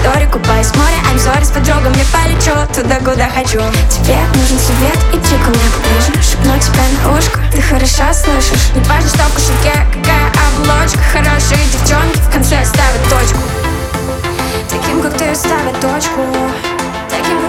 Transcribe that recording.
мониторе, купаюсь в море, I'm sorry, с подругами полечу туда, куда хочу. Тебе нужен совет, иди ко мне поближе, шепну тебе на ушко, ты хорошо слышишь. Не важно, что в кошельке, какая оболочка, хорошие девчонки в конце ставят точку. Таким, как ты, ставят точку. Таким,